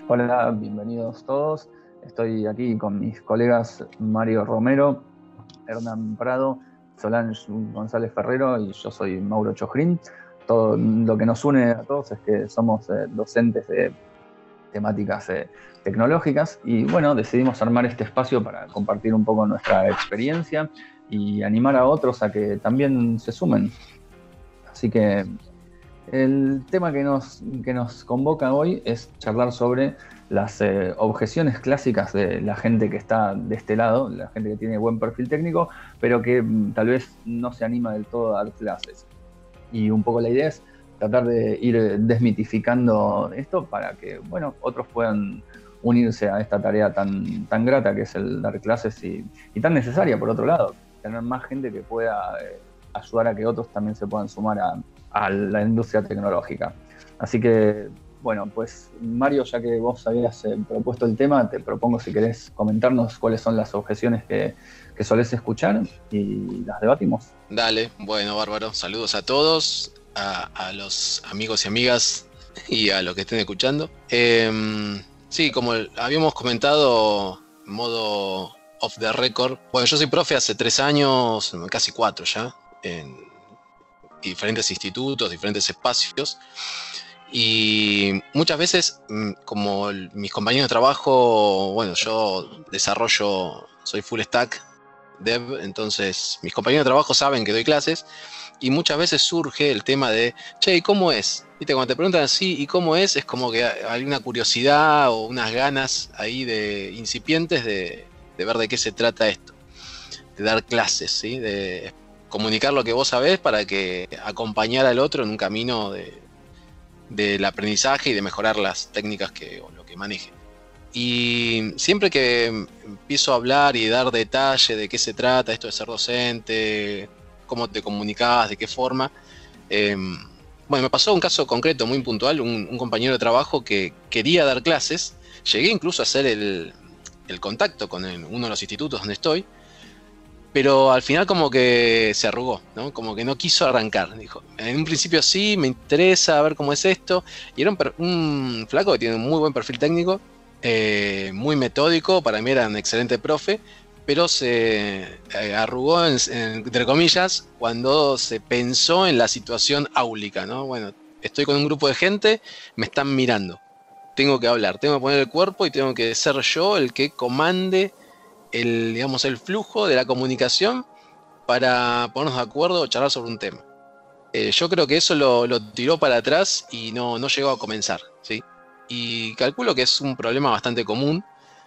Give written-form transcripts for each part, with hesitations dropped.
Hola, bienvenidos todos. Estoy aquí con mis colegas Mario Romero, Hernán Prado, Solange González Ferrero y yo soy Mauro Chojrin. Todo lo que nos une a todos es que somos docentes de temáticas tecnológicas y bueno, decidimos armar este espacio para compartir un poco nuestra experiencia y animar a otros a que también se sumen. Así que el tema que nos convoca hoy es charlar sobre las objeciones clásicas de la gente que está de este lado, la gente que tiene buen perfil técnico, pero que tal vez no se anima del todo a dar clases. Y un poco la idea es tratar de ir desmitificando esto para que, bueno, otros puedan unirse a esta tarea tan grata que es el dar clases y tan necesaria, por otro lado, tener más gente que pueda ayudar a que otros también se puedan sumar a la industria tecnológica. Así que, bueno, pues Mario, ya que vos habías propuesto el tema, te propongo si querés comentarnos cuáles son las objeciones que solés escuchar y las debatimos. Dale, bueno, bárbaro. Saludos a todos, a los amigos y amigas y a los que estén escuchando. Sí, como habíamos comentado, en modo off the record. Bueno, yo soy profe hace 3 años, casi 4 ya, en diferentes institutos, diferentes espacios. Y muchas veces, como mis compañeros de trabajo, bueno, yo soy full stack dev, entonces mis compañeros de trabajo saben que doy clases y muchas veces surge el tema de, che, ¿y cómo es? ¿Viste? Cuando te preguntan así, ¿y cómo es? Es como que hay una curiosidad o unas ganas ahí de incipientes de ver de qué se trata esto, de dar clases, ¿sí? De comunicar lo que vos sabés para que acompañar al otro en un camino del aprendizaje y de mejorar las técnicas o lo que maneje. Y siempre que empiezo a hablar y dar detalle de qué se trata esto de ser docente, cómo te comunicás, de qué forma, bueno, me pasó un caso concreto muy puntual, un compañero de trabajo que quería dar clases, llegué incluso a hacer el contacto con uno de los institutos donde estoy, pero al final como que se arrugó, ¿no? Como que no quiso arrancar. Dijo, en un principio sí, me interesa ver cómo es esto. Y era un flaco que tiene un muy buen perfil técnico, muy metódico, para mí era un excelente profe, pero se arrugó, entre comillas, cuando se pensó en la situación áulica, ¿no? Bueno, estoy con un grupo de gente, me están mirando. Tengo que hablar, tengo que poner el cuerpo y tengo que ser yo el que comande digamos, el flujo de la comunicación para ponernos de acuerdo o charlar sobre un tema. Yo creo que eso lo tiró para atrás y no llegó a comenzar, ¿sí? Y calculo que es un problema bastante común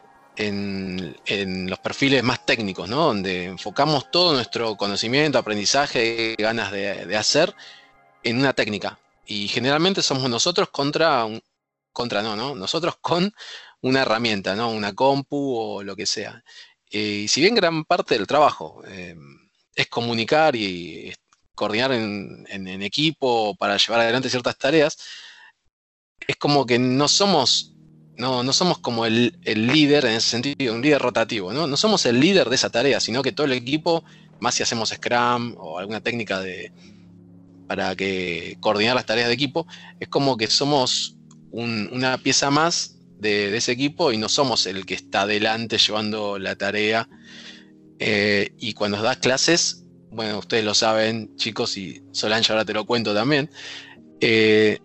en los perfiles más técnicos, ¿no? Donde enfocamos todo nuestro conocimiento, aprendizaje, ganas de hacer en una técnica. Y generalmente somos nosotros no, nosotros con una herramienta, ¿no? Una compu o lo que sea. Y si bien gran parte del trabajo es comunicar y coordinar en equipo para llevar adelante ciertas tareas, es como que no somos como el líder en ese sentido, un líder rotativo, ¿no? No somos el líder de esa tarea, sino que todo el equipo, más si hacemos Scrum o alguna técnica para coordinar las tareas de equipo, es como que somos una pieza más de ese equipo y no somos el que está adelante llevando la tarea. Y cuando das clases, bueno, ustedes lo saben, chicos, y Solange ahora te lo cuento también, eh,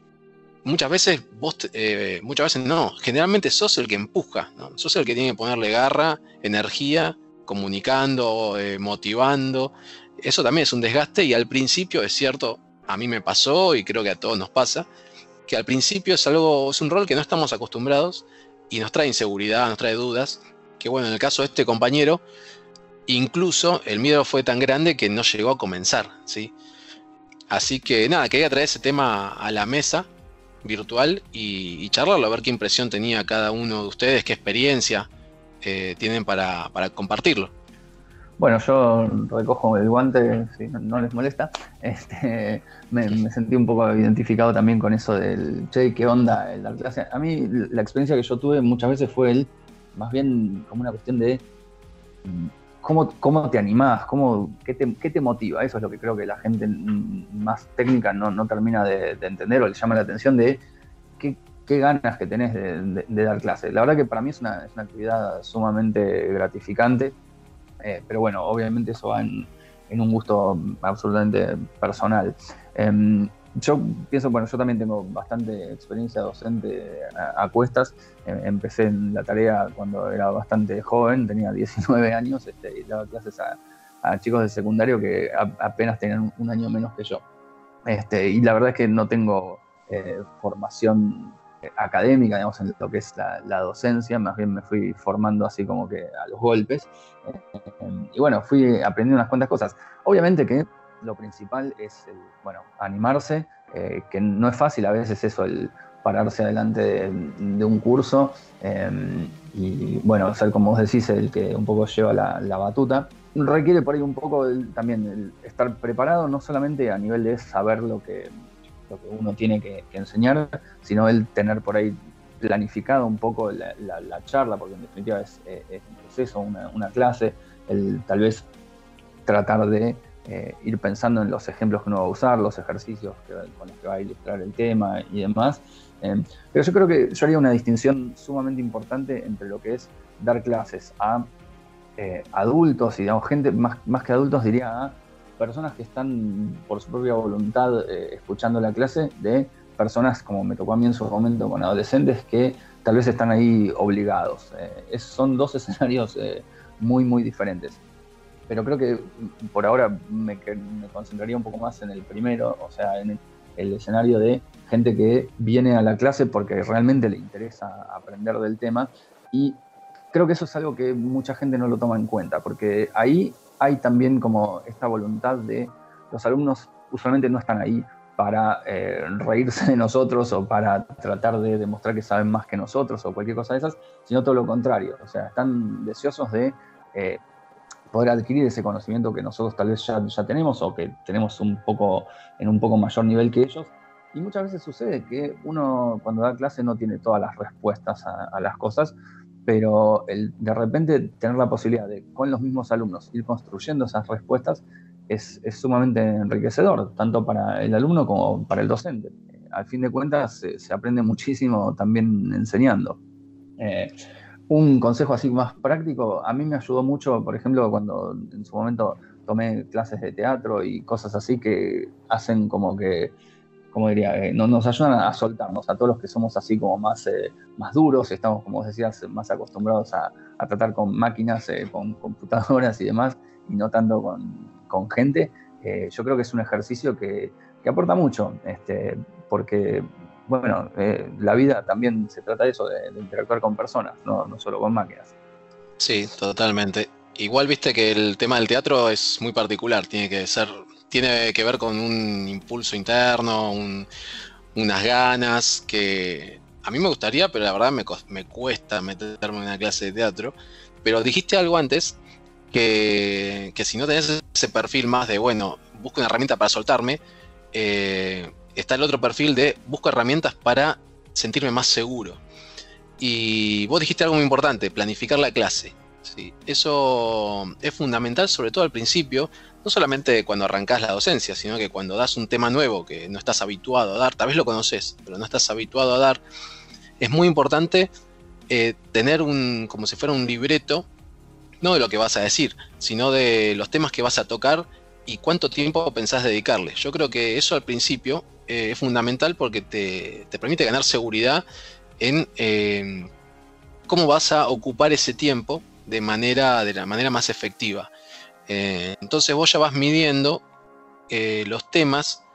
muchas veces no, generalmente sos el que empuja, ¿no? Sos el que tiene que ponerle garra, energía, comunicando, motivando. Eso también es un desgaste y al principio es cierto, a mí me pasó y creo que a todos nos pasa, que al principio es un rol que no estamos acostumbrados y nos trae inseguridad, nos trae dudas, que bueno, en el caso de este compañero, incluso el miedo fue tan grande que no llegó a comenzar, ¿sí? Así que nada, quería traer ese tema a la mesa virtual y charlarlo, a ver qué impresión tenía cada uno de ustedes, qué experiencia tienen para compartirlo. Bueno, yo recojo el guante, si no les molesta. Me sentí un poco identificado también con eso del, che, ¿qué onda el dar clase? A mí la experiencia que yo tuve muchas veces fue más bien como una cuestión de cómo te animás, qué te motiva. Eso es lo que creo que la gente más técnica no termina de entender o le llama la atención de qué ganas que tenés de dar clase. La verdad que para mí es una actividad sumamente gratificante, pero bueno, obviamente eso va en un gusto absolutamente personal. Yo pienso, bueno, yo también tengo bastante experiencia docente a cuestas. Empecé en la tarea cuando era bastante joven, tenía 19 años, y daba clases a chicos de secundario que apenas tenían un año menos que yo. Y la verdad es que no tengo formación académica, digamos, en lo que es la docencia, más bien me fui formando así como que a los golpes. Y bueno, fui aprendiendo unas cuantas cosas. Obviamente que lo principal es, bueno, animarse, que no es fácil a veces eso, el pararse adelante de un curso y, bueno, ser, como vos decís, el que un poco lleva la batuta. Requiere por ahí un poco también el estar preparado, no solamente a nivel de saber lo que uno tiene que enseñar, sino el tener por ahí planificado un poco la charla, porque en definitiva es eso, una clase, el tal vez tratar de ir pensando en los ejemplos que uno va a usar, los ejercicios con los que va a ilustrar el tema y demás. Pero yo creo que yo haría una distinción sumamente importante entre lo que es dar clases a adultos, y digamos, gente más que adultos, diría a personas que están por su propia voluntad escuchando la clase, de personas, como me tocó a mí en su momento con adolescentes, que tal vez están ahí obligados. Son dos escenarios muy, muy diferentes. Pero creo que por ahora me concentraría un poco más en el primero, o sea, en el escenario de gente que viene a la clase porque realmente le interesa aprender del tema, y creo que eso es algo que mucha gente no lo toma en cuenta, porque ahí hay también como esta voluntad de los alumnos usualmente no están ahí para reírse de nosotros o para tratar de demostrar que saben más que nosotros o cualquier cosa de esas, sino todo lo contrario. O sea, están deseosos de poder adquirir ese conocimiento que nosotros tal vez ya tenemos o que tenemos en un poco mayor nivel que ellos. Y muchas veces sucede que uno cuando da clase no tiene todas las respuestas a las cosas, pero de repente tener la posibilidad de, con los mismos alumnos, ir construyendo esas respuestas es sumamente enriquecedor, tanto para el alumno como para el docente. Al fin de cuentas, se aprende muchísimo también enseñando. Un consejo así más práctico, a mí me ayudó mucho, por ejemplo, cuando en su momento tomé clases de teatro y cosas así que hacen como que, como diría, nos ayudan a soltarnos, a todos los que somos así como más duros, estamos, como decías, más acostumbrados a tratar con máquinas, con computadoras y demás, y no tanto con gente. Yo creo que es un ejercicio que aporta mucho, porque, bueno, la vida también se trata de eso, de interactuar con personas, no solo con máquinas. Sí, totalmente. Igual viste que el tema del teatro es muy particular, tiene que ver con un impulso interno, unas ganas que a mí me gustaría, pero la verdad me cuesta meterme en una clase de teatro. Pero dijiste algo antes, que si no tenés ese perfil más de, bueno, busco una herramienta para soltarme, está el otro perfil de busco herramientas para sentirme más seguro. Y vos dijiste algo muy importante, planificar la clase. ¿Sí? Eso es fundamental, sobre todo al principio, no solamente cuando arrancás la docencia, sino que cuando das un tema nuevo que no estás habituado a dar, tal vez lo conoces, pero no estás habituado a dar, es muy importante tener como si fuera un libreto, no de lo que vas a decir, sino de los temas que vas a tocar y cuánto tiempo pensás dedicarle. Yo creo que eso al principio es fundamental porque te permite ganar seguridad en cómo vas a ocupar ese tiempo de la manera más efectiva. Entonces vos ya vas midiendo los temas,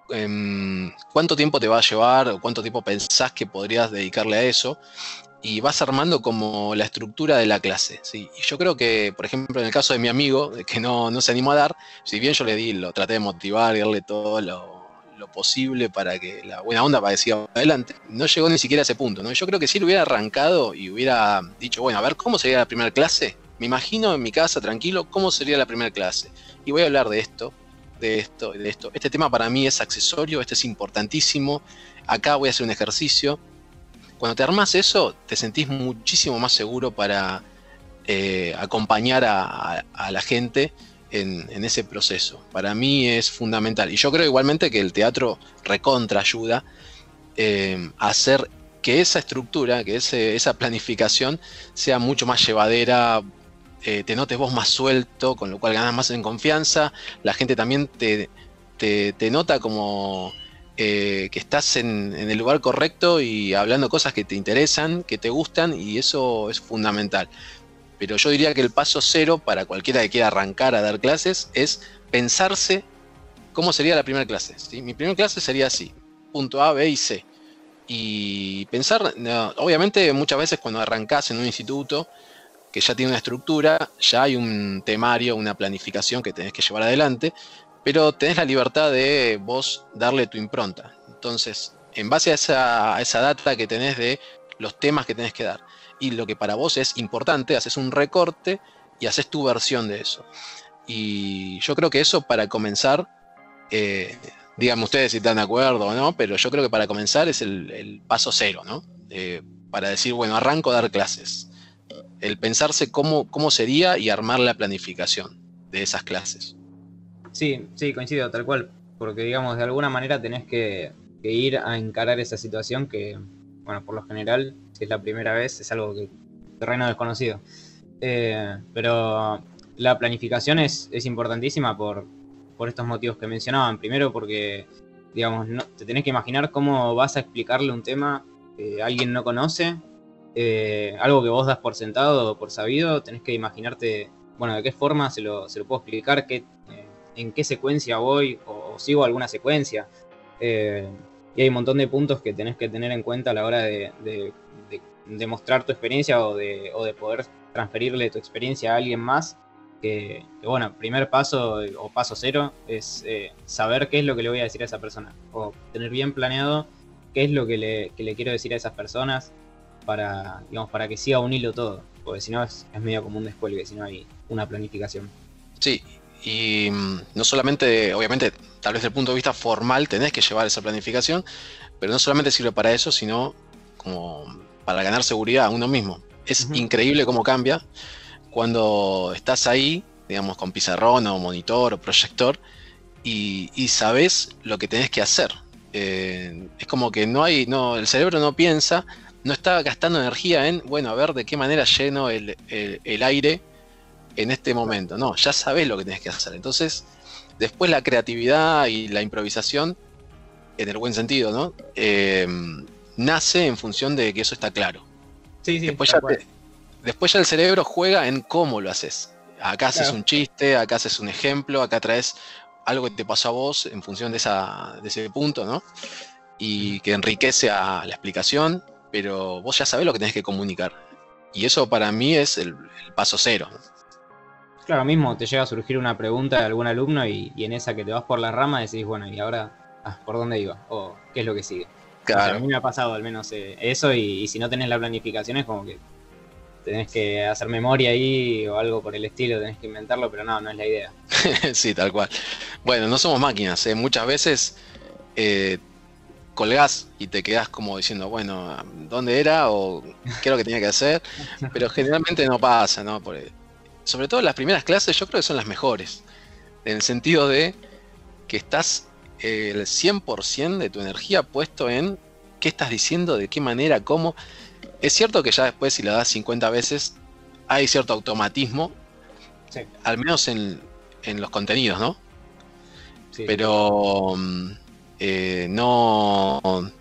cuánto tiempo te va a llevar o cuánto tiempo pensás que podrías dedicarle a eso, y vas armando como la estructura de la clase, ¿sí? Y yo creo que, por ejemplo, en el caso de mi amigo, que no se animó a dar, si bien yo lo traté de motivar y darle todo lo posible para que la buena onda para que siga adelante, no llegó ni siquiera a ese punto, ¿no? Yo creo que si él hubiera arrancado y hubiera dicho, bueno, a ver, ¿cómo sería la primera clase? Me imagino en mi casa, tranquilo, ¿cómo sería la primera clase? Y voy a hablar de esto, de esto y de esto. Este tema para mí es accesorio, este es importantísimo. Acá voy a hacer un ejercicio. Cuando te armas eso, te sentís muchísimo más seguro para acompañar a la gente en ese proceso. Para mí es fundamental. Y yo creo igualmente que el teatro recontra ayuda a hacer que esa estructura, que esa planificación sea mucho más llevadera, te notes vos más suelto, con lo cual ganas más en confianza, la gente también te nota como que estás en el lugar correcto y hablando cosas que te interesan, que te gustan, y eso es fundamental. Pero yo diría que el paso cero para cualquiera que quiera arrancar a dar clases es pensarse cómo sería la primera clase, ¿sí? Mi primera clase sería así, punto A, B y C. Y pensar, no, obviamente muchas veces cuando arrancás en un instituto que ya tiene una estructura, ya hay un temario, una planificación que tenés que llevar adelante, pero tenés la libertad de vos darle tu impronta. Entonces, en base a esa data que tenés de los temas que tenés que dar y lo que para vos es importante, haces un recorte y haces tu versión de eso. Y yo creo que eso para comenzar, díganme ustedes si están de acuerdo o no, pero yo creo que para comenzar es el paso cero, ¿no? Para decir, bueno, arranco a dar clases. El pensarse cómo sería y armar la planificación de esas clases. Sí, sí, coincido, tal cual. Porque, digamos, de alguna manera tenés que ir a encarar esa situación que, bueno, por lo general, si es la primera vez, es algo que terreno desconocido. Pero la planificación es importantísima por estos motivos que mencionaban. Primero porque, digamos, no, te tenés que imaginar cómo vas a explicarle un tema que alguien no conoce, algo que vos das por sentado o por sabido, tenés que imaginarte, bueno, de qué forma se lo puedo explicar, en qué secuencia voy o sigo alguna secuencia. Y hay un montón de puntos que tenés que tener en cuenta a la hora de mostrar tu experiencia o de poder transferirle tu experiencia a alguien más. Que bueno, primer paso o paso cero es saber qué es lo que le voy a decir a esa persona, o tener bien planeado qué es lo que le quiero decir a esas personas para, digamos, para que siga un hilo todo, porque si no es medio como un descuelgue si no hay una planificación. Sí, y no solamente, obviamente, tal vez desde el punto de vista formal tenés que llevar esa planificación, pero no solamente sirve para eso, sino como para ganar seguridad a uno mismo. Es increíble cómo cambia cuando estás ahí, digamos, con pizarrón o monitor o proyector, y sabés lo que tenés que hacer. Es como que el cerebro no piensa, no está gastando energía en, bueno, a ver de qué manera lleno el aire en este momento. No, ya sabés lo que tenés que hacer. Entonces, después la creatividad y la improvisación, en el buen sentido, ¿no? Nace en función de que eso está claro. Sí, sí, después ya el cerebro juega en cómo lo haces. Acá haces claro. un chiste, acá haces un ejemplo, acá traes algo que te pasó a vos en función de ese punto, ¿no? Y que enriquece a la explicación, pero vos ya sabés lo que tenés que comunicar. Y eso para mí es el paso cero, ¿no? Claro, mismo te llega a surgir una pregunta de algún alumno y en esa que te vas por la rama decís, bueno, y ahora, ¿por dónde iba? O ¿qué es lo que sigue? Claro. O sea, a mí me ha pasado al menos eso y si no tenés la planificación es como que tenés que hacer memoria ahí o algo por el estilo, tenés que inventarlo, pero no es la idea. Sí, tal cual. Bueno, no somos máquinas, ¿eh? Muchas veces colgás y te quedás como diciendo, bueno, ¿dónde era? O ¿qué es lo que tenía que hacer? Pero generalmente no pasa, ¿no? Sobre todo las primeras clases yo creo que son las mejores, en el sentido de que estás el 100% de tu energía puesto en qué estás diciendo, de qué manera, cómo. Es cierto que ya después si la das 50 veces hay cierto automatismo, Sí. al menos en los contenidos, ¿no? Sí. Pero no...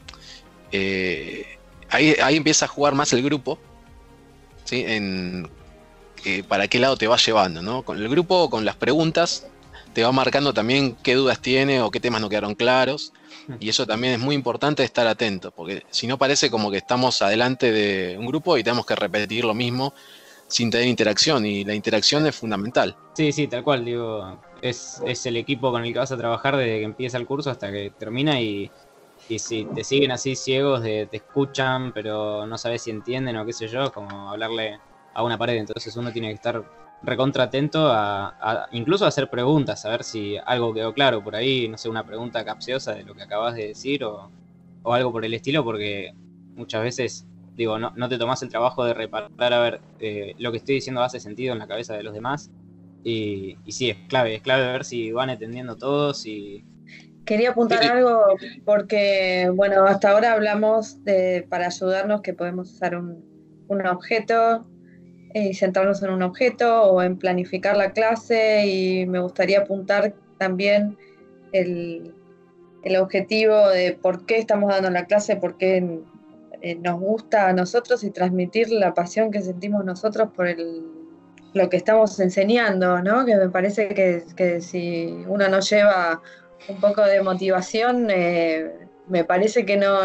ahí empieza a jugar más el grupo, ¿sí? Para qué lado te va llevando, ¿no? Con el grupo, con las preguntas, te va marcando también qué dudas tiene o qué temas no quedaron claros. Y eso también es muy importante estar atento, porque si no parece como que estamos adelante de un grupo y tenemos que repetir lo mismo sin tener interacción, y la interacción es fundamental. Sí, sí, tal cual, digo, es el equipo con el que vas a trabajar desde que empieza el curso hasta que termina y si te siguen así ciegos, te escuchan, pero no sabes si entienden o qué sé yo, es como hablarle a una pared, entonces uno tiene que estar recontra atento a incluso a hacer preguntas, a ver si algo quedó claro por ahí, no sé, una pregunta capciosa de lo que acabas de decir o algo por el estilo, porque muchas veces, digo, no te tomás el trabajo de reparar a ver lo que estoy diciendo hace sentido en la cabeza de los demás y sí, es clave ver si van entendiendo todos y Quería apuntar algo porque, bueno, hasta ahora hablamos para ayudarnos que podemos usar un objeto y centrarnos en un objeto o en planificar la clase, y me gustaría apuntar también el objetivo de por qué estamos dando la clase, por qué nos gusta a nosotros y transmitir la pasión que sentimos nosotros por lo que estamos enseñando, ¿no? Que me parece que si uno no lleva un poco de motivación, me parece que no,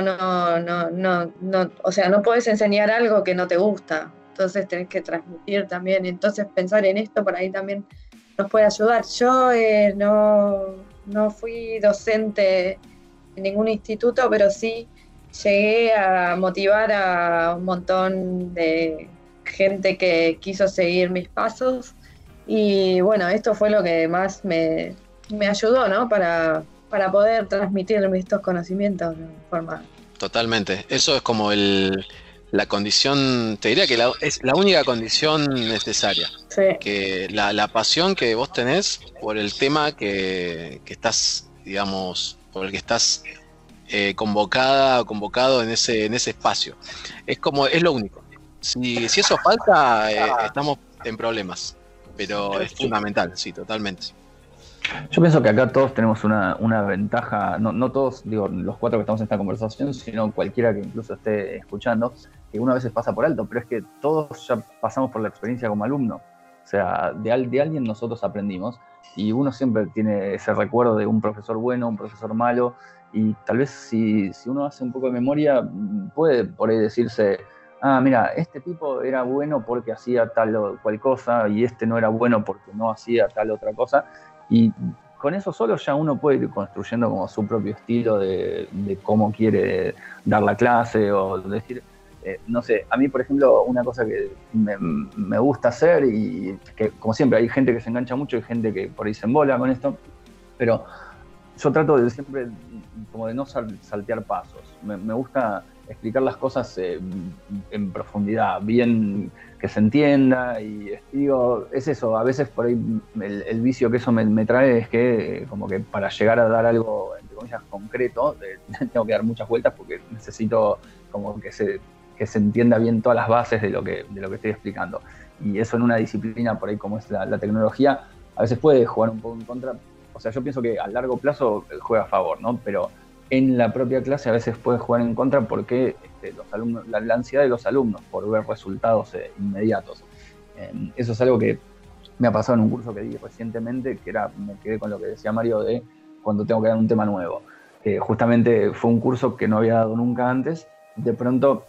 o sea, no podés enseñar algo que no te gusta, entonces tenés que transmitir también, entonces pensar en esto por ahí también nos puede ayudar. Yo no fui docente en ningún instituto, pero sí llegué a motivar a un montón de gente que quiso seguir mis pasos, y bueno, esto fue lo que más me ayudó, ¿no? Para poder transmitir estos conocimientos de forma... Totalmente. Eso es como la condición, te diría que es la única condición necesaria. Sí. Que la pasión que vos tenés por el tema que estás, digamos, por el que estás convocada o convocado en ese espacio. Es lo único. Si eso falta, estamos en problemas. Pero es fundamental, sí, totalmente. Yo pienso que acá todos tenemos una ventaja, no todos, digo, los 4 que estamos en esta conversación, sino cualquiera que incluso esté escuchando, que uno a veces pasa por alto, pero es que todos ya pasamos por la experiencia como alumno. O sea, de alguien nosotros aprendimos, y uno siempre tiene ese recuerdo de un profesor bueno, un profesor malo, y tal vez si uno hace un poco de memoria, puede por ahí decirse, mira, este tipo era bueno porque hacía tal o cual cosa, y este no era bueno porque no hacía tal otra cosa, y con eso solo ya uno puede ir construyendo como su propio estilo de cómo quiere dar la clase, o decir, no sé, a mí por ejemplo una cosa que me gusta hacer, y que como siempre hay gente que se engancha mucho y gente que por ahí se embola con esto, pero yo trato de siempre como de no saltear pasos. Me gusta explicar las cosas en profundidad, bien que se entienda, y digo, es eso, a veces por ahí el vicio que eso me trae es que como que para llegar a dar algo, entre comillas, concreto, tengo que dar muchas vueltas porque necesito como que se entienda bien todas las bases de lo que estoy explicando. Y eso en una disciplina por ahí como es la tecnología, a veces puede jugar un poco en contra. O sea, yo pienso que a largo plazo juega a favor, ¿no? Pero en la propia clase a veces puede jugar en contra porque los alumnos, la ansiedad de los alumnos por ver resultados inmediatos. Eso es algo que me ha pasado en un curso que di recientemente, me quedé con lo que decía Mario de cuando tengo que dar un tema nuevo. Justamente fue un curso que no había dado nunca antes. De pronto,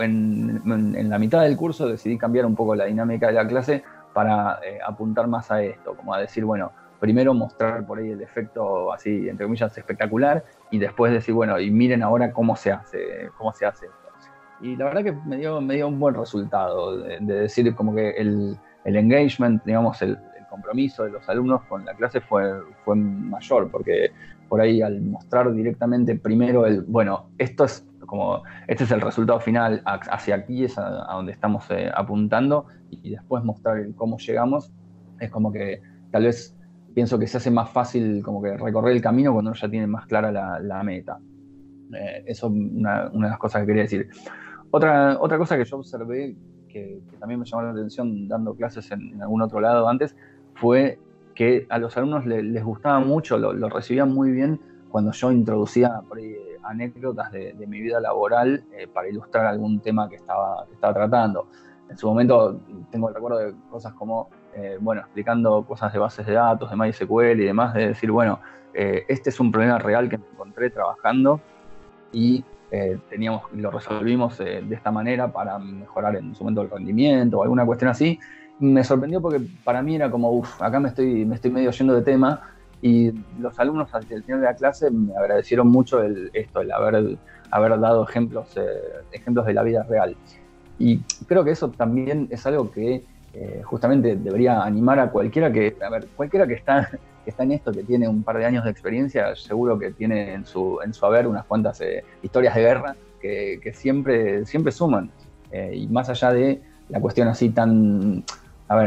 en la mitad del curso decidí cambiar un poco la dinámica de la clase para apuntar más a esto, como a decir, bueno, primero mostrar por ahí el efecto así, entre comillas, espectacular, y después decir, bueno, y miren ahora cómo se hace esto. Y la verdad que me dio un buen resultado, de decir como que el engagement, digamos, el compromiso de los alumnos con la clase fue mayor, porque por ahí al mostrar directamente primero este es el resultado final, hacia aquí es a donde estamos apuntando, y después mostrar cómo llegamos, es como que tal vez pienso que se hace más fácil como que recorrer el camino cuando uno ya tiene más clara la meta. Eso es una de las cosas que quería decir. Otra cosa que yo observé, que también me llamó la atención dando clases en algún otro lado antes, fue que a los alumnos les gustaba mucho, lo recibían muy bien cuando yo introducía por ahí anécdotas de mi vida laboral para ilustrar algún tema que estaba tratando. En su momento tengo el recuerdo de cosas como, explicando cosas de bases de datos, de MySQL y demás, de decir, este es un problema real que me encontré trabajando y lo resolvimos de esta manera para mejorar en su momento el rendimiento o alguna cuestión así. Me sorprendió porque para mí era como, acá me estoy medio yendo de tema, y los alumnos al final de la clase me agradecieron mucho el haber dado ejemplos de la vida real. Y creo que eso también es algo que justamente debería animar a cualquiera que está en esto, que tiene un par de años de experiencia, seguro que tiene en su haber unas cuantas historias de guerra que siempre suman. Y más allá de la cuestión así tan,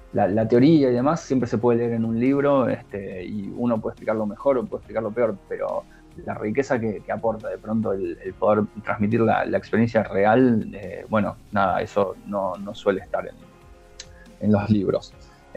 la teoría y demás siempre se puede leer en un libro, y uno puede explicarlo mejor o puede explicarlo peor, pero la riqueza que aporta de pronto el poder transmitir la experiencia real, bueno, nada, eso no suele estar en los libros.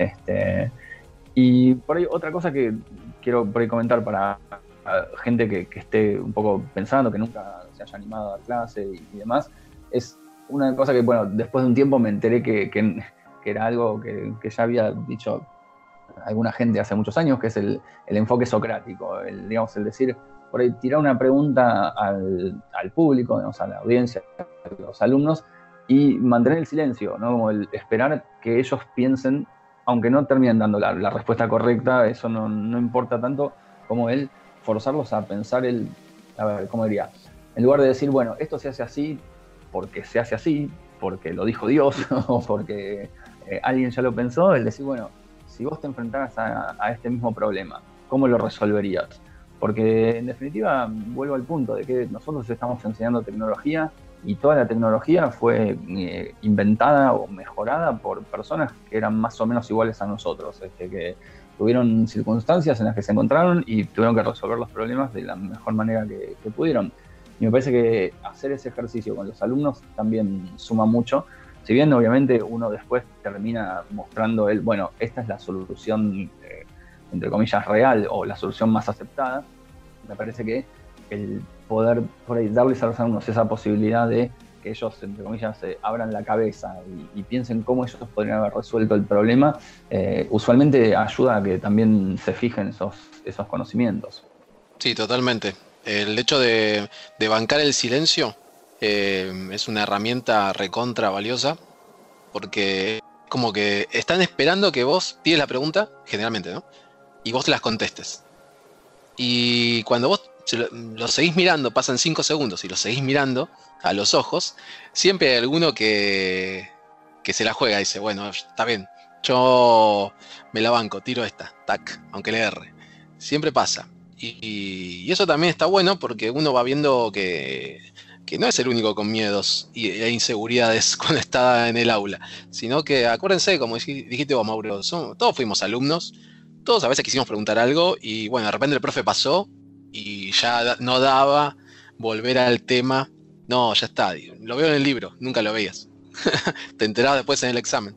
Y por ahí otra cosa que quiero por ahí comentar para gente que esté un poco pensando, que nunca se haya animado a dar clase y demás, es una cosa que, bueno, después de un tiempo me enteré que era algo que ya había dicho alguna gente hace muchos años, que es el enfoque socrático, digamos, el decir, por ahí tirar una pregunta al público, digamos, a la audiencia, a los alumnos, y mantener el silencio, ¿no? Como el esperar que ellos piensen, aunque no terminen dando la respuesta correcta, eso no importa tanto como el forzarlos a pensar a ver, ¿cómo diría? En lugar de decir, bueno, esto se hace así porque se hace así, porque lo dijo Dios, o porque alguien ya lo pensó, el decir, bueno, si vos te enfrentaras a este mismo problema, ¿cómo lo resolverías? Porque en definitiva, vuelvo al punto de que nosotros estamos enseñando tecnología y toda la tecnología fue inventada o mejorada por personas que eran más o menos iguales a nosotros, que tuvieron circunstancias en las que se encontraron y tuvieron que resolver los problemas de la mejor manera que pudieron. Y me parece que hacer ese ejercicio con los alumnos también suma mucho. Si bien obviamente uno después termina mostrando bueno, esta es la solución, entre comillas, real o la solución más aceptada, me parece que el poder por ahí darles a los alumnos esa posibilidad de que ellos, entre comillas, abran la cabeza y piensen cómo ellos podrían haber resuelto el problema, usualmente ayuda a que también se fijen esos conocimientos. Sí, totalmente. El hecho de bancar el silencio es una herramienta recontra valiosa, porque como que están esperando que vos pides la pregunta, generalmente, ¿no? Y vos te las contestes. Y cuando vos lo seguís mirando, pasan 5 segundos y lo seguís mirando a los ojos, siempre hay alguno que se la juega y dice, bueno, está bien, yo me la banco, tiro esta, tac, aunque le erre. Siempre pasa. Y eso también está bueno porque uno va viendo que no es el único con miedos e inseguridades cuando está en el aula, sino que acuérdense, como dijiste vos, Mauro, todos fuimos alumnos, todos a veces quisimos preguntar algo y bueno, de repente el profe pasó y ya no daba volver al tema. No, ya está, lo veo en el libro, nunca lo veías. Te enterabas después en el examen.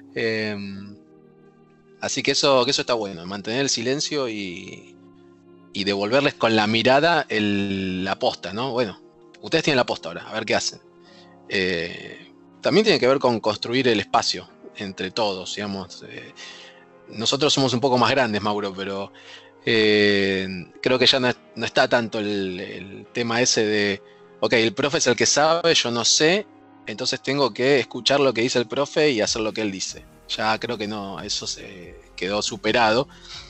Así que eso está bueno, mantener el silencio y devolverles con la mirada la posta, ¿no? Bueno, ustedes tienen la posta ahora, a ver qué hacen. También tiene que ver con construir el espacio entre todos, digamos. Nosotros somos un poco más grandes, Mauro, pero creo que ya no está tanto el tema ese de, ok, el profe es el que sabe, yo no sé, entonces tengo que escuchar lo que dice el profe y hacer lo que él dice. Ya creo que no, eso se quedó superado.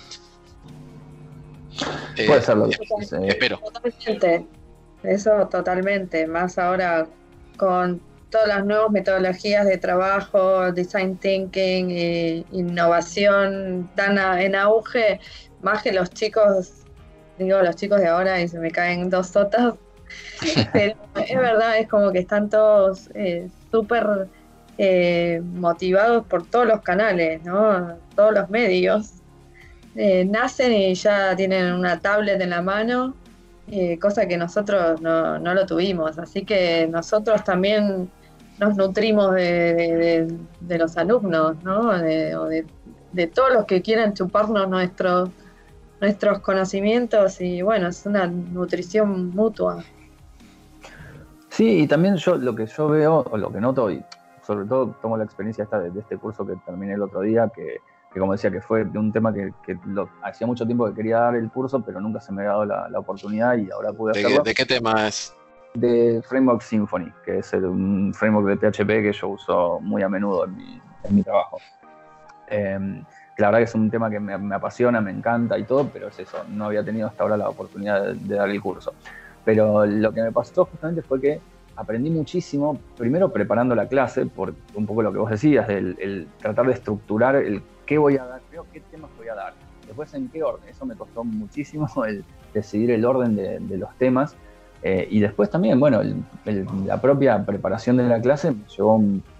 Puede ser lo que espero. Totalmente. Eso totalmente. Más ahora con todas las nuevas metodologías de trabajo, design thinking, innovación tan en auge, más que los chicos de ahora y se me caen 2 sotas. Pero es verdad, es como que están todos súper motivados por todos los canales, ¿no? Todos los medios. Nacen y ya tienen una tablet en la mano, cosa que nosotros no lo tuvimos. Así que nosotros también nos nutrimos de los alumnos, ¿no? De todos los que quieran chuparnos nuestros conocimientos y bueno, es una nutrición mutua. Sí, y también lo que yo veo, o lo que noto, y sobre todo tomo la experiencia esta de este curso que terminé el otro día, que como decía, que fue de un tema que hacía mucho tiempo que quería dar el curso, pero nunca se me había dado la oportunidad y ahora pude hacerlo. ¿De qué tema es? De Framework Symfony, que es un framework de PHP que yo uso muy a menudo en mi trabajo. La verdad que es un tema que me apasiona, me encanta y todo, pero es eso, no había tenido hasta ahora la oportunidad de dar el curso. Pero lo que me pasó justamente fue que aprendí muchísimo, primero preparando la clase, por un poco lo que vos decías, el tratar de estructurar el qué voy a dar, qué temas voy a dar, después en qué orden. Eso me costó muchísimo el decidir el orden de los temas, y después también, bueno, la propia preparación de la clase me llevó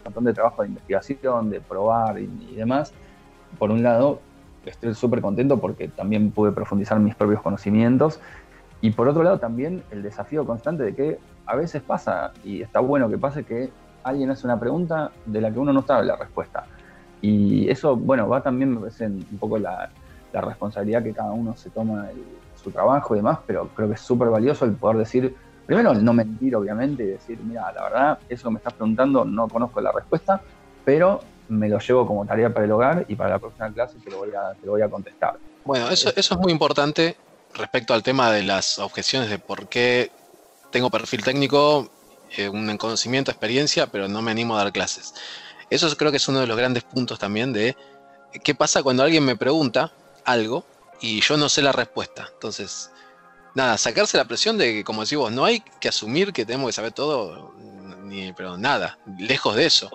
montón de trabajo de investigación, de probar y demás. Por un lado, estoy súper contento porque también pude profundizar mis propios conocimientos. Y por otro lado también el desafío constante de que a veces pasa, y está bueno que pase, que alguien hace una pregunta de la que uno no sabe la respuesta. Y eso, bueno, va también, me parece, un poco la responsabilidad que cada uno se toma su trabajo y demás, pero creo que es súper valioso el poder decir, primero no mentir obviamente, y decir, mira, la verdad, eso que me estás preguntando no conozco la respuesta, pero me lo llevo como tarea para el hogar y para la próxima clase te lo voy a contestar. Bueno, eso es muy importante respecto al tema de las objeciones de por qué tengo perfil técnico, un conocimiento, experiencia, pero no me animo a dar clases. Eso creo que es uno de los grandes puntos también de qué pasa cuando alguien me pregunta algo y yo no sé la respuesta. Entonces, nada, sacarse la presión de que, como decís vos, no hay que asumir que tenemos que saber todo, pero nada, lejos de eso.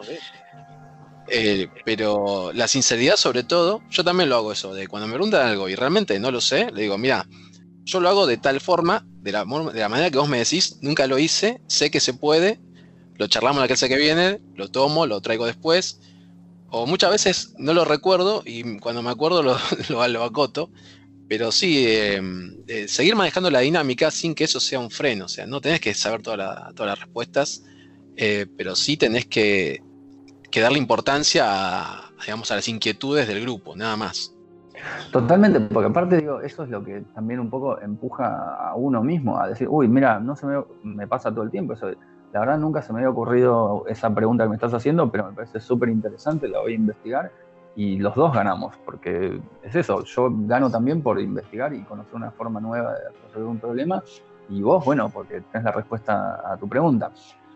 Pero la sinceridad sobre todo, yo también lo hago eso, de cuando me preguntan algo y realmente no lo sé, le digo, mira, yo lo hago de tal forma, de la manera que vos me decís, nunca lo hice, sé que se puede, lo charlamos la clase que viene, lo tomo, lo traigo después, o muchas veces no lo recuerdo y cuando me acuerdo lo acoto, pero sí, seguir manejando la dinámica sin que eso sea un freno, o sea, no tenés que saber todas las respuestas, pero sí tenés que darle importancia digamos, a las inquietudes del grupo, nada más. Totalmente, porque aparte digo, eso es lo que también un poco empuja a uno mismo a decir, uy, mira, no se me pasa todo el tiempo, eso, la verdad nunca se me había ocurrido esa pregunta que me estás haciendo, pero me parece súper interesante, la voy a investigar y los dos ganamos, porque es eso, yo gano también por investigar y conocer una forma nueva de resolver un problema y vos, bueno, porque tenés la respuesta a tu pregunta.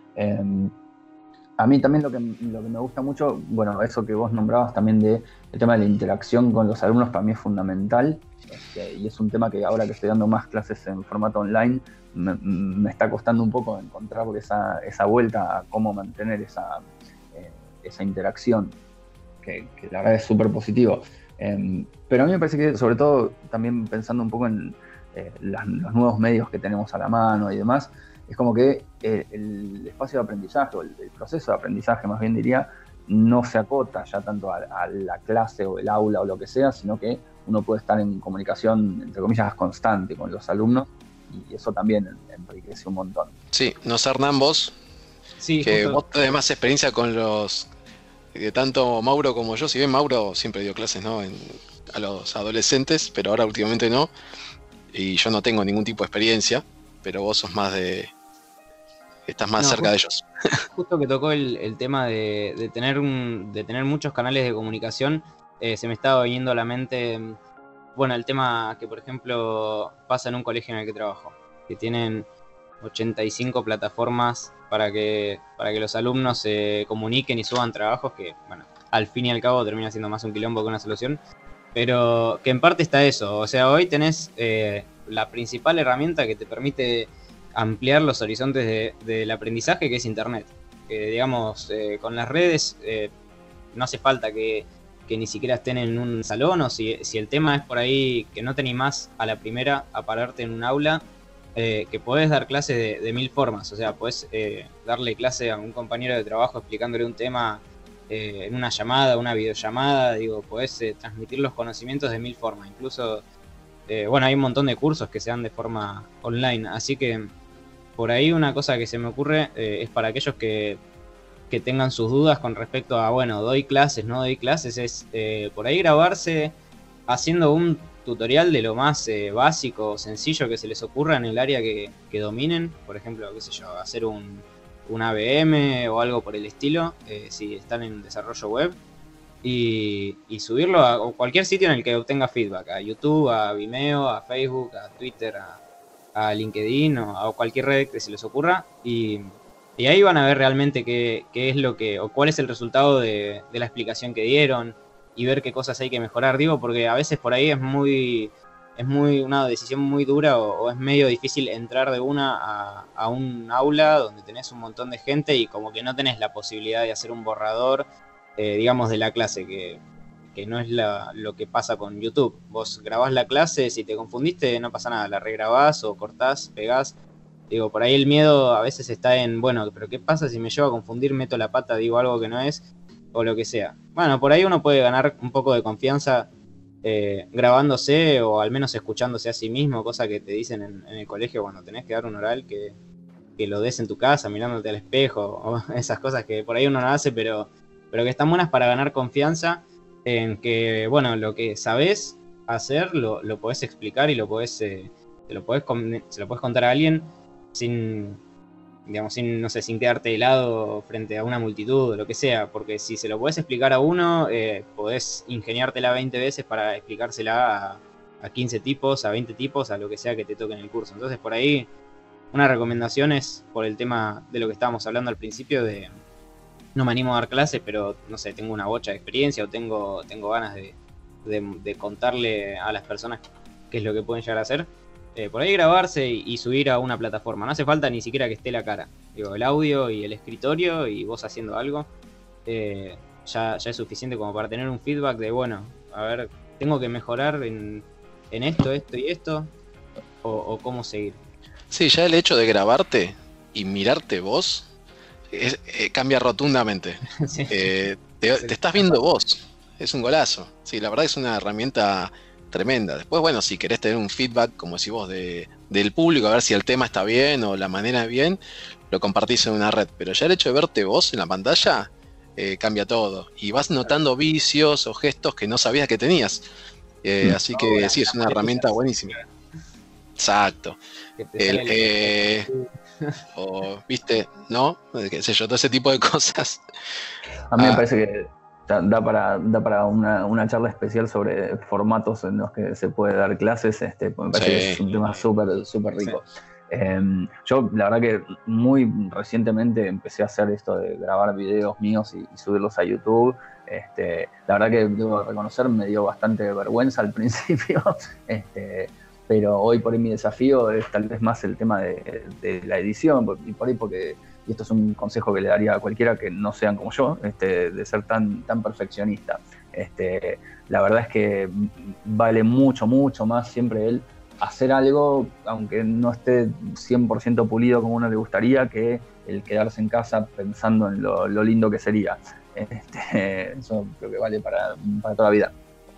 A mí también lo que me gusta mucho, bueno, eso que vos nombrabas también de el tema de la interacción con los alumnos para mí es fundamental, y es un tema que ahora que estoy dando más clases en formato online, me está costando un poco encontrar esa vuelta a cómo mantener esa interacción, que la verdad es súper positivo. Pero a mí me parece que, sobre todo, también pensando un poco en los nuevos medios que tenemos a la mano y demás, es como que el espacio de aprendizaje, o el proceso de aprendizaje más bien diría, no se acota ya tanto a la clase o el aula o lo que sea, sino que uno puede estar en comunicación, entre comillas, constante con los alumnos, y eso también enriquece un montón. Sí, no sé, Hernán, vos, Sí, que justo. vos tenés más experiencia con de tanto Mauro como yo, si bien Mauro siempre dio clases, ¿no? A los adolescentes, pero ahora últimamente no, y yo no tengo ningún tipo de experiencia, pero vos sos estás más cerca de ellos. Justo que tocó el tema de tener muchos canales de comunicación, se me estaba viniendo a la mente, bueno, el tema que por ejemplo pasa en un colegio en el que trabajo, que tienen 85 plataformas para que los alumnos se comuniquen y suban trabajos que, bueno, al fin y al cabo termina siendo más un quilombo que una solución, pero que en parte está eso, o sea, hoy tenés la principal herramienta que te permite ampliar los horizontes del aprendizaje, que es Internet. Digamos, con las redes no hace falta que ni siquiera estén en un salón, o si el tema es por ahí que no te animás a la primera a pararte en un aula, que podés dar clases de mil formas. O sea, podés darle clase a un compañero de trabajo explicándole un tema en una llamada, una videollamada, digo, podés transmitir los conocimientos de mil formas. Incluso, bueno, hay un montón de cursos que se dan de forma online, así que por ahí una cosa que se me ocurre es para aquellos que tengan sus dudas con respecto a, bueno, doy clases, no doy clases, es por ahí grabarse haciendo un tutorial de lo más básico o sencillo que se les ocurra en el área que dominen, por ejemplo, qué sé yo, hacer un ABM o algo por el estilo, si están en desarrollo web, y subirlo a cualquier sitio en el que obtenga feedback, a YouTube, a Vimeo, a Facebook, a Twitter, a LinkedIn o a cualquier red que se les ocurra, y ahí van a ver realmente qué es lo que, o cuál es el resultado de la explicación que dieron, y ver qué cosas hay que mejorar. Digo, porque a veces por ahí es muy una decisión muy dura, o es medio difícil entrar de una a un aula donde tenés un montón de gente y como que no tenés la posibilidad de hacer un borrador, digamos, de la clase, que no es lo que pasa con YouTube. Vos grabás la clase, si te confundiste no pasa nada, la regrabás o cortás, pegás, Digo, por ahí el miedo a veces está en, bueno, pero ¿qué pasa si me llevo a confundir, meto la pata, digo algo que no es, o lo que sea? Bueno, por ahí uno puede ganar un poco de confianza grabándose o al menos escuchándose a sí mismo, cosa que te dicen en el colegio cuando tenés que dar un oral, que lo des en tu casa mirándote al espejo, o esas cosas que por ahí uno no hace, pero que están buenas para ganar confianza en que, bueno, lo que sabés hacer lo podés explicar y se lo podés contar a alguien sin, digamos, sin quedarte helado frente a una multitud o lo que sea, porque si se lo podés explicar a uno, podés ingeniártela 20 veces para explicársela a 15 tipos, a 20 tipos, a lo que sea que te toque en el curso. Entonces, por ahí, una recomendación es por el tema de lo que estábamos hablando al principio de no me animo a dar clases, pero no sé, tengo una bocha de experiencia o tengo ganas de contarle a las personas qué es lo que pueden llegar a hacer. Por ahí grabarse y subir a una plataforma. No hace falta ni siquiera que esté la cara. Digo, el audio y el escritorio y vos haciendo algo ya es suficiente como para tener un feedback de, bueno, a ver, tengo que mejorar en esto y esto, o cómo seguir. Sí, ya el hecho de grabarte y mirarte vos cambia rotundamente. Sí. Te estás viendo vos. Es un golazo. Sí, la verdad es una herramienta tremenda. Después, bueno, si querés tener un feedback, como decís vos, del público, a ver si el tema está bien o la manera bien, lo compartís en una red. Pero ya el hecho de verte vos en la pantalla cambia todo. Y vas notando vicios o gestos que no sabías que tenías. Así que sí, es una herramienta buenísima. Exacto. O, viste, ¿no? Qué sé yo, todo ese tipo de cosas. A mí me parece que da para una charla especial sobre formatos en los que se puede dar clases. Me parece que es un tema súper rico. Sí. Yo, la verdad que muy recientemente empecé a hacer esto de grabar videos míos y subirlos a YouTube. La verdad que debo reconocer, me dio bastante vergüenza al principio. Pero hoy por hoy mi desafío es tal vez más el tema de la edición, y por ahí y esto es un consejo que le daría a cualquiera que no sean como yo, de ser tan perfeccionista. La verdad es que vale mucho más siempre el hacer algo, aunque no esté 100% pulido como uno le gustaría, que el quedarse en casa pensando en lo lindo que sería. Eso creo que vale para toda la vida.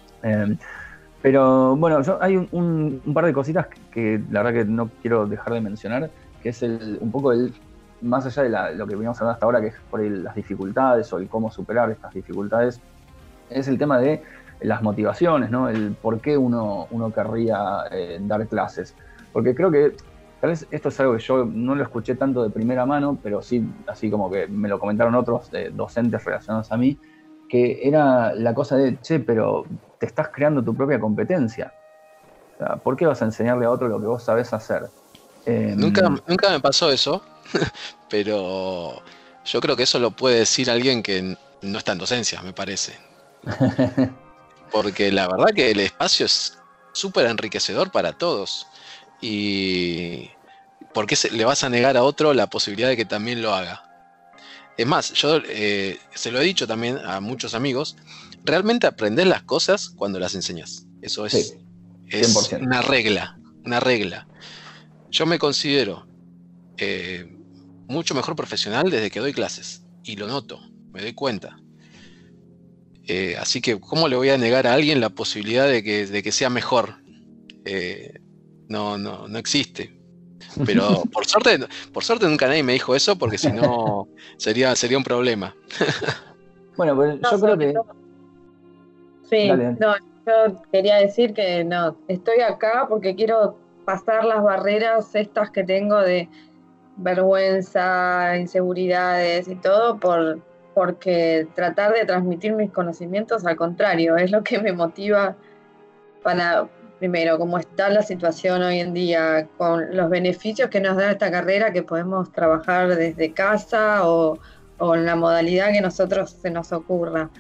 Pero bueno, hay un par de cositas que la verdad que no quiero dejar de mencionar, que es un poco más allá de lo que veníamos hablando hasta ahora, que es por ahí las dificultades o el cómo superar estas dificultades, es el tema de las motivaciones, ¿no? El por qué uno querría dar clases. Porque creo que tal vez esto es algo que yo no lo escuché tanto de primera mano, pero sí, así como que me lo comentaron otros docentes relacionados a mí, que era la cosa de, pero te estás creando tu propia competencia. O sea, ¿por qué vas a enseñarle a otro lo que vos sabés hacer? Nunca me pasó eso, pero yo creo que eso lo puede decir alguien que no está en docencia, me parece. Porque la verdad que el espacio es súper enriquecedor para todos. Y ¿por qué le vas a negar a otro la posibilidad de que también lo haga? Es más, yo se lo he dicho también a muchos amigos, realmente aprendés las cosas cuando las enseñas. Eso es, sí, es una regla. Yo me considero mucho mejor profesional desde que doy clases. Y lo noto, me doy cuenta. Así que, ¿cómo le voy a negar a alguien la posibilidad de que sea mejor? No existe. Pero por suerte nunca nadie me dijo eso, porque si no sería un problema. Bueno, pues yo creo que... Sí, dale. No, yo quería decir que no, estoy acá porque quiero pasar las barreras estas que tengo de vergüenza, inseguridades y todo, porque tratar de transmitir mis conocimientos, al contrario, es lo que me motiva para... Primero, cómo está la situación hoy en día, con los beneficios que nos da esta carrera, que podemos trabajar desde casa o en la modalidad que nosotros se nos ocurra.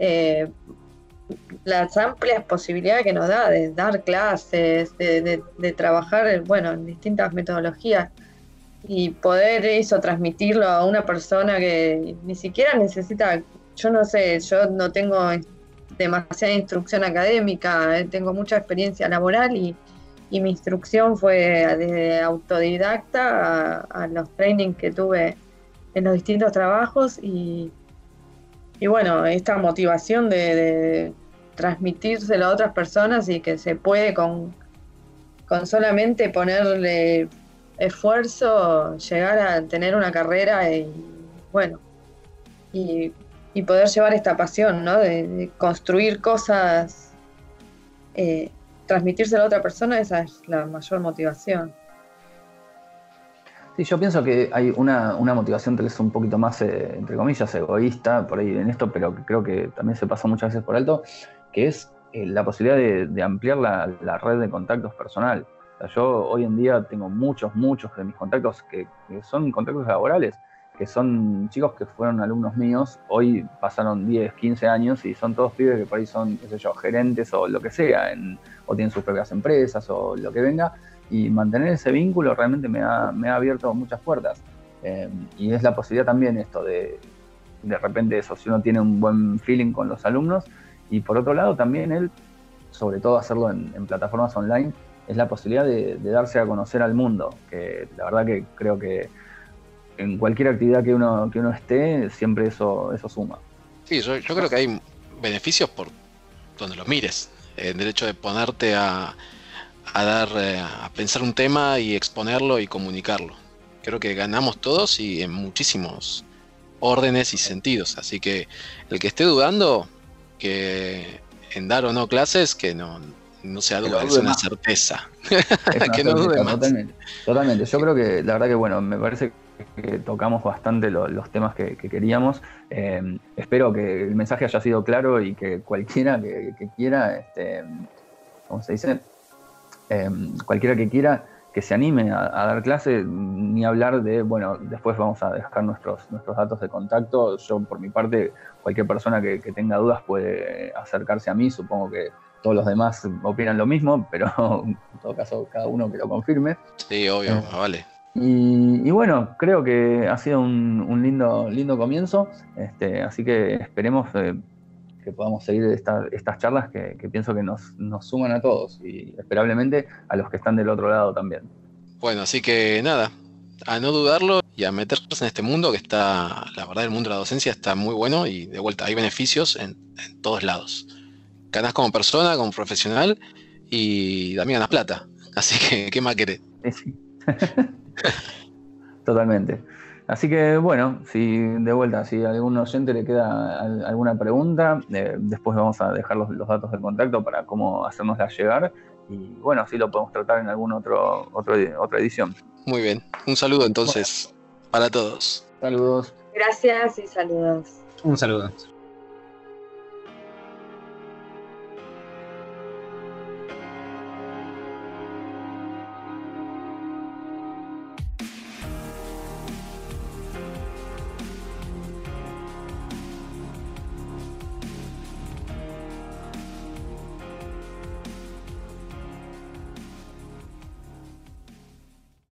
Las amplias posibilidades que nos da de dar clases, de trabajar, bueno, en distintas metodologías y poder eso, transmitirlo a una persona que ni siquiera necesita, yo no sé, yo no tengo demasiada instrucción académica, tengo mucha experiencia laboral y y mi instrucción fue de autodidacta a los trainings que tuve en los distintos trabajos y bueno, esta motivación de transmitírselo a otras personas y que se puede con solamente ponerle esfuerzo llegar a tener una carrera y bueno, y poder llevar esta pasión, ¿no? De construir cosas, transmitírselo a otra persona, esa es la mayor motivación. Sí, yo pienso que hay una motivación tal vez un poquito más, entre comillas, egoísta por ahí en esto, pero que creo que también se pasa muchas veces por alto, que es la posibilidad de ampliar la red de contactos personal. O sea, yo hoy en día tengo muchos de mis contactos que son contactos laborales, que son chicos que fueron alumnos míos, hoy pasaron 10, 15 años y son todos pibes que por ahí son, qué sé yo, gerentes o lo que sea, o tienen sus propias empresas o lo que venga, y mantener ese vínculo realmente me ha abierto muchas puertas. Y es la posibilidad también esto de repente eso, si uno tiene un buen feeling con los alumnos, y por otro lado también él, sobre todo hacerlo en plataformas online, es la posibilidad de darse a conocer al mundo, que la verdad que creo que en cualquier actividad que uno esté, siempre eso suma. Sí, yo creo que hay beneficios por donde los mires. El derecho de ponerte a pensar un tema y exponerlo y comunicarlo. Creo que ganamos todos y en muchísimos órdenes y sentidos. Así que el que esté dudando que en dar o no clases, que no sea duda, es una certeza. Que no dude más. Totalmente. Yo creo que la verdad que bueno, me parece que tocamos bastante los temas que queríamos. Espero que el mensaje haya sido claro y que cualquiera que quiera, ¿cómo se dice? Cualquiera que quiera que se anime a dar clase, ni hablar de, bueno, después vamos a dejar nuestros datos de contacto. Yo por mi parte, cualquier persona que tenga dudas puede acercarse a mí, supongo que todos los demás opinan lo mismo, pero en todo caso cada uno que lo confirme. Sí, obvio, vale. Y bueno, creo que ha sido un lindo comienzo, así que esperemos que podamos seguir estas charlas que pienso que nos suman a todos y esperablemente a los que están del otro lado también. Bueno, así que nada, a no dudarlo y a meterse en este mundo que está, la verdad, el mundo de la docencia está muy bueno y de vuelta hay beneficios en todos lados. Ganás como persona, como profesional y también ganás plata. Así que, ¿qué más querés? Sí. Totalmente. Así que bueno, si de vuelta, si a algún oyente le queda alguna pregunta, después vamos a dejar los datos de contacto para cómo hacérnosla llegar y bueno, así lo podemos tratar en alguna otra edición. Muy bien, un saludo entonces para todos. Saludos. Gracias y saludos. Un saludo.